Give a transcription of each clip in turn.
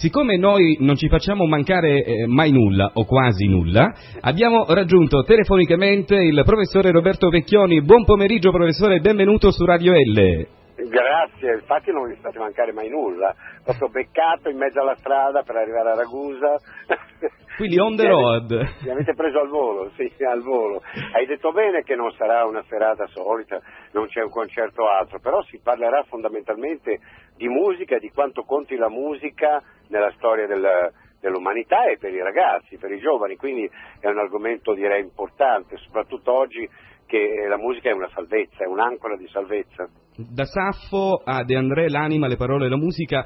siccome noi non ci facciamo mancare mai nulla, o quasi nulla, abbiamo raggiunto telefonicamente il professore Roberto Vecchioni. Buon pomeriggio professore, benvenuto su Radio L. Grazie, infatti non mi fate mancare mai nulla, proprio beccato in mezzo alla strada per arrivare a Ragusa. Quindi on the road. Mi avete preso al volo, sì, al volo. Hai detto bene che non sarà una serata solita, non c'è un concerto altro, però si parlerà fondamentalmente di musica, di quanto conti la musica nella storia dell'umanità e per i ragazzi, per i giovani, quindi è un argomento direi importante, soprattutto oggi che la musica è una salvezza, è un'ancora di salvezza. Da Saffo a De André, l'anima, le parole, la musica.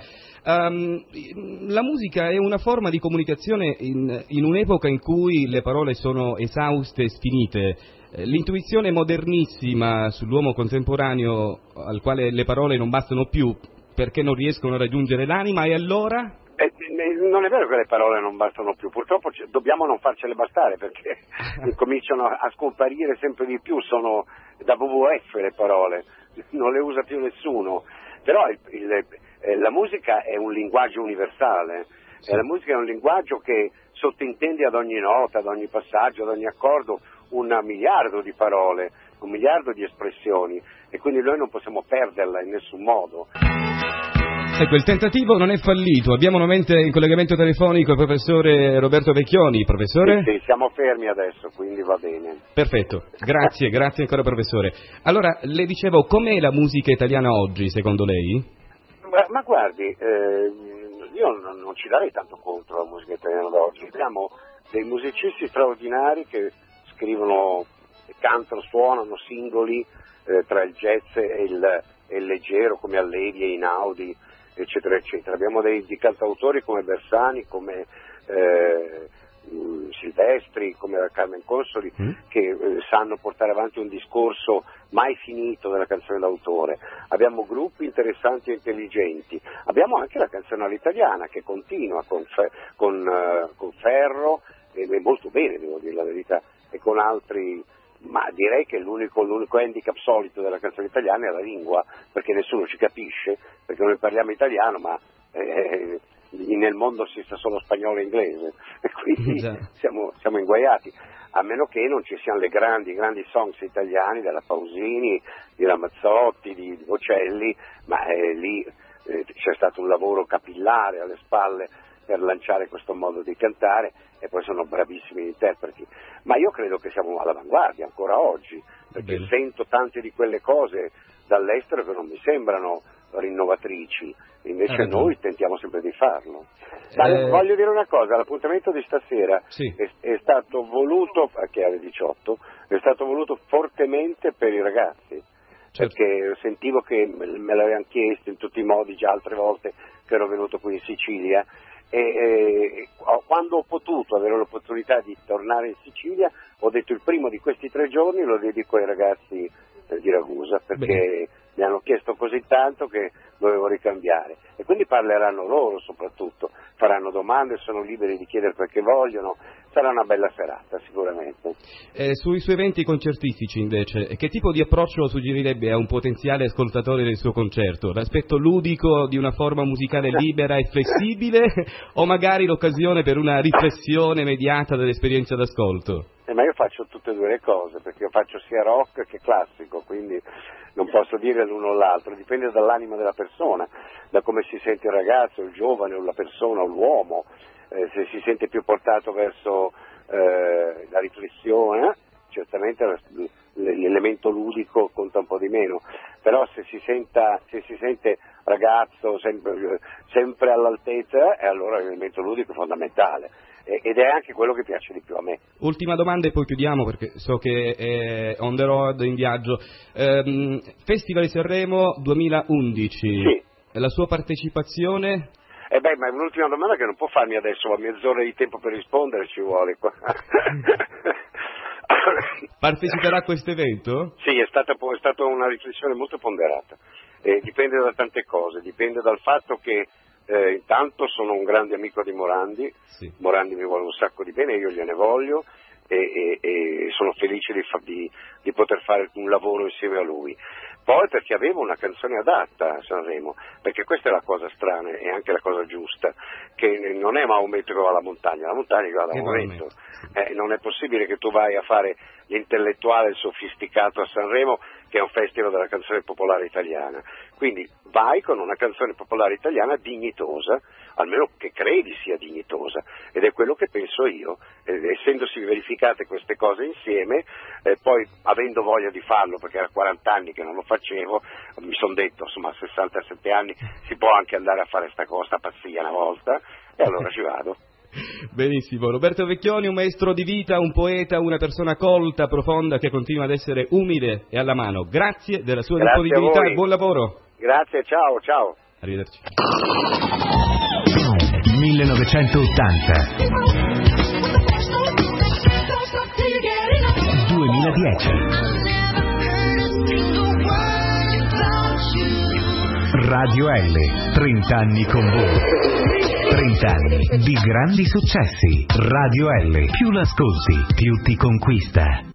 La musica è una forma di comunicazione in un'epoca in cui le parole sono esauste e sfinite. L'intuizione modernissima sull'uomo contemporaneo al quale le parole non bastano più perché non riescono a raggiungere l'anima, e allora? Non è vero che le parole non bastano più, purtroppo dobbiamo non farcele bastare perché cominciano a scomparire sempre di più, sono da WWF le parole, non le usa più nessuno, però la musica è un linguaggio universale, sì. La musica è un linguaggio che sottintende ad ogni nota, ad ogni passaggio, ad ogni accordo un miliardo di parole, un miliardo di espressioni, e quindi noi non possiamo perderla in nessun modo. Ecco, il tentativo non è fallito. Abbiamo nuovamente in collegamento telefonico il professore Roberto Vecchioni. Professore? Sì, siamo fermi adesso, quindi va bene. Perfetto, grazie ancora professore. Allora, le dicevo, com'è la musica italiana oggi, secondo lei? Ma guardi, io non ci darei tanto contro la musica italiana d'oggi. Abbiamo dei musicisti straordinari che scrivono, cantano, suonano singoli tra il jazz e il leggero, come Allevi e Einaudi, eccetera eccetera. Abbiamo dei cantautori come Bersani, come Silvestri, come Carmen Consoli, che sanno portare avanti un discorso mai finito della canzone d'autore. Abbiamo gruppi interessanti e intelligenti. Abbiamo anche la canzone all'italiana che continua con Ferro, e molto bene, devo dire la verità, e con altri. Ma direi che l'unico handicap solito della canzone italiana è la lingua, perché nessuno ci capisce, perché noi parliamo italiano, ma nel mondo si sta solo spagnolo e inglese, e quindi siamo inguaiati, a meno che non ci siano le grandi songs italiani della Pausini, di Ramazzotti, di Bocelli, ma lì c'è stato un lavoro capillare alle spalle per lanciare questo modo di cantare, e poi sono bravissimi interpreti, ma io credo che siamo all'avanguardia ancora oggi, perché sento tante di quelle cose dall'estero che non mi sembrano rinnovatrici, invece noi tentiamo sempre di farlo. Voglio dire una cosa, l'appuntamento di stasera è stato voluto, che è alle 18, è stato voluto fortemente per i ragazzi, perché sentivo che me l'avevano chiesto in tutti i modi già altre volte che ero venuto qui in Sicilia, e quando ho potuto avere l'opportunità di tornare in Sicilia ho detto il primo di questi 3 giorni lo dedico ai ragazzi di Ragusa, perché mi hanno chiesto così tanto che dovevo ricambiare, e quindi parleranno loro soprattutto, faranno domande, sono liberi di chiedere quel che vogliono, sarà una bella serata sicuramente. Sui suoi eventi concertistici invece, che tipo di approccio suggerirebbe a un potenziale ascoltatore del suo concerto? L'aspetto ludico di una forma musicale libera e flessibile o magari l'occasione per una riflessione immediata dell'esperienza d'ascolto? Ma io faccio tutte e due le cose, perché io faccio sia rock che classico, quindi non posso dire l'uno o l'altro, dipende dall'anima della persona, da come si sente il ragazzo, il giovane, o la persona, o l'uomo, se si sente più portato verso la riflessione, certamente l'elemento ludico conta un po' di meno, però se si sente ragazzo sempre all'altezza, allora l'elemento ludico è fondamentale, ed è anche quello che piace di più a me. Ultima domanda e poi chiudiamo, perché so che è on the road, in viaggio. Festival di Sanremo 2011, sì. La sua partecipazione? Ma è un'ultima domanda che non può farmi adesso, ho mezz'ora di tempo per rispondere, ci vuole qua. Parteciperà a questo evento? Sì, è stata una riflessione molto ponderata, dipende da tante cose, dipende dal fatto che intanto sono un grande amico di Morandi, sì. Morandi mi vuole un sacco di bene, io gliene voglio, e sono felice di poter fare un lavoro insieme a lui. poi perché avevo una canzone adatta a Sanremo, perché questa è la cosa strana e anche la cosa giusta, che non è Maometto che va alla montagna che va da Maometto. Non è possibile che tu vai a fare l'intellettuale, il sofisticato a Sanremo, che è un festival della canzone popolare italiana. Quindi vai con una canzone popolare italiana dignitosa, almeno che credi sia dignitosa, ed è quello che penso io. Essendosi verificate queste cose insieme, poi avendo voglia di farlo, perché era 40 anni che non lo facevo, mi sono detto, insomma, a 67 anni si può anche andare a fare sta pazzia una volta, e allora ci vado. Benissimo, Roberto Vecchioni, un maestro di vita, un poeta, una persona colta, profonda, che continua ad essere umile e alla mano. Grazie della sua disponibilità e buon lavoro. Grazie, ciao. Arrivederci. 1980 2010 Radio L, 30 anni con voi. 30 anni di grandi successi. Radio L, più l'ascolti, più ti conquista.